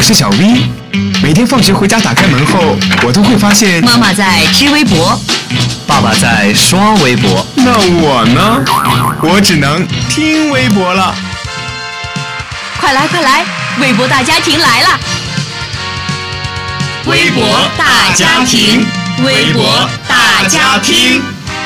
是小 V。每天放学回家打开门后，我都会发现妈妈在织微博， 爸爸在刷微博。 那我呢？我只能听微博了。 快来快来，微博大家庭来了！ 微博大家庭，微博大家庭。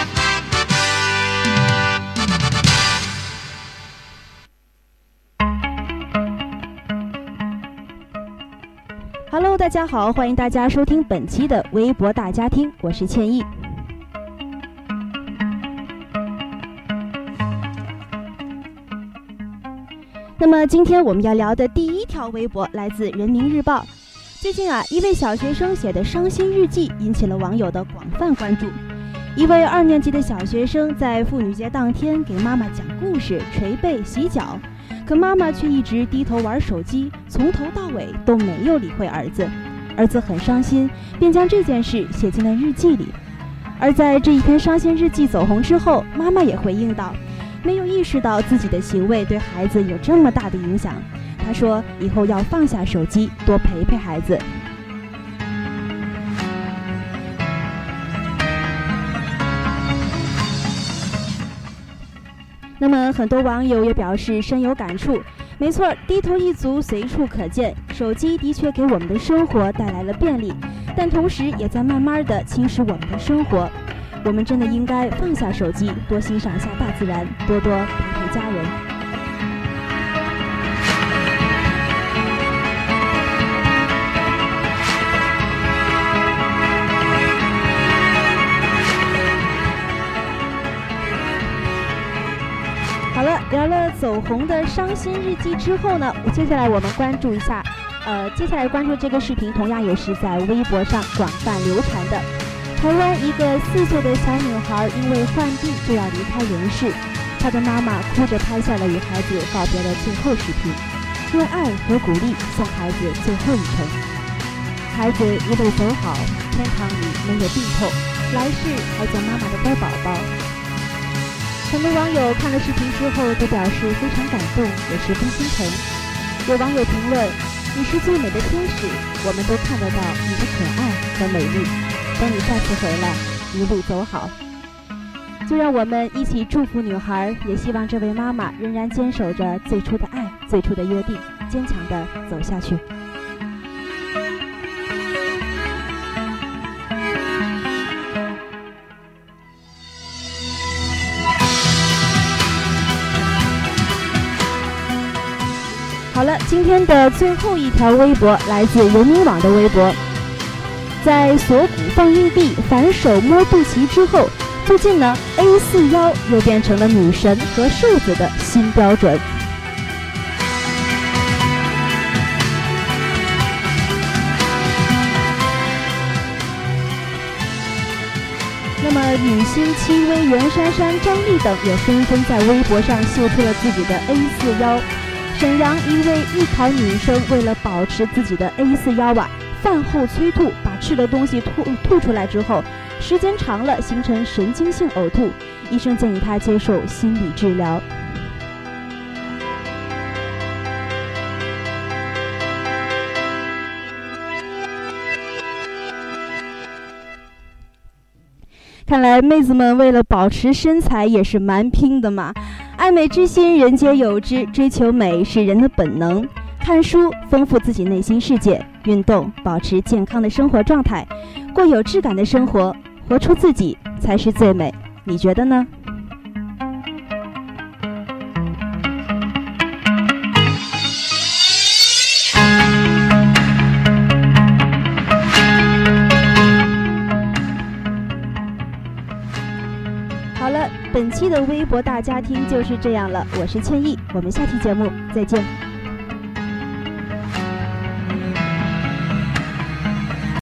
Hello， 大家好，欢迎大家收听本期的微博大家庭，我是倩意。那么今天我们要聊的第一条微博来自人民日报。最近一位小学生写的伤心日记引起了网友的广泛关注。一位2年级的小学生在妇女节当天给妈妈讲故事、捶背、洗脚，可妈妈却一直低头玩手机，从头到尾都没有理会儿子。儿子很伤心，便将这件事写进了日记里。而在这一篇伤心日记走红之后，妈妈也回应道，没有意识到自己的行为对孩子有这么大的影响。她说以后要放下手机，多陪陪孩子。那么很多网友也表示深有感触。没错，低头一族随处可见，手机的确给我们的生活带来了便利，但同时也在慢慢的侵蚀我们的生活。我们真的应该放下手机，多欣赏一下大自然，多多陪陪家人。好了，聊了走红的伤心日记之后呢，接下来我们关注一下，接下来关注这个视频同样也是在微博上广泛流传的。台湾一个4岁的小女孩因为患病就要离开人世，她的妈妈哭着拍下了与孩子告别的最后视频，用爱和鼓励送孩子最后一程。孩子一路走好，天堂里没有病痛，来世还做妈妈的乖宝宝。很多网友看了视频之后都表示非常感动，也十分心疼。有网友评论，你是最美的天使，我们都看得到你的可爱和美丽，等你再次回来，一路走好。就让我们一起祝福女孩，也希望这位妈妈仍然坚守着最初的爱，最初的约定，坚强地走下去。好了，今天的最后一条微博来自人民网的微博。在锁骨放硬币、反手摸肚脐之后，最近呢 A4 腰又变成了女神和瘦子的新标准。那么女星戚薇、袁姗姗、张丽等也纷纷在微博上秀出了自己的 A4 腰。沈阳一位艺考女生为了保持自己的 A4 腰饭后催吐，把吃的东西吐出来之后，时间长了形成神经性呕吐，医生建议她接受心理治疗。看来妹子们为了保持身材也是蛮拼的嘛。爱美之心人皆有之，追求美是人的本能。看书丰富自己内心世界，运动保持健康的生活状态，过有质感的生活，活出自己才是最美。你觉得呢？好了，本期的微博大家庭就是这样了，我是倩意，我们下期节目再见。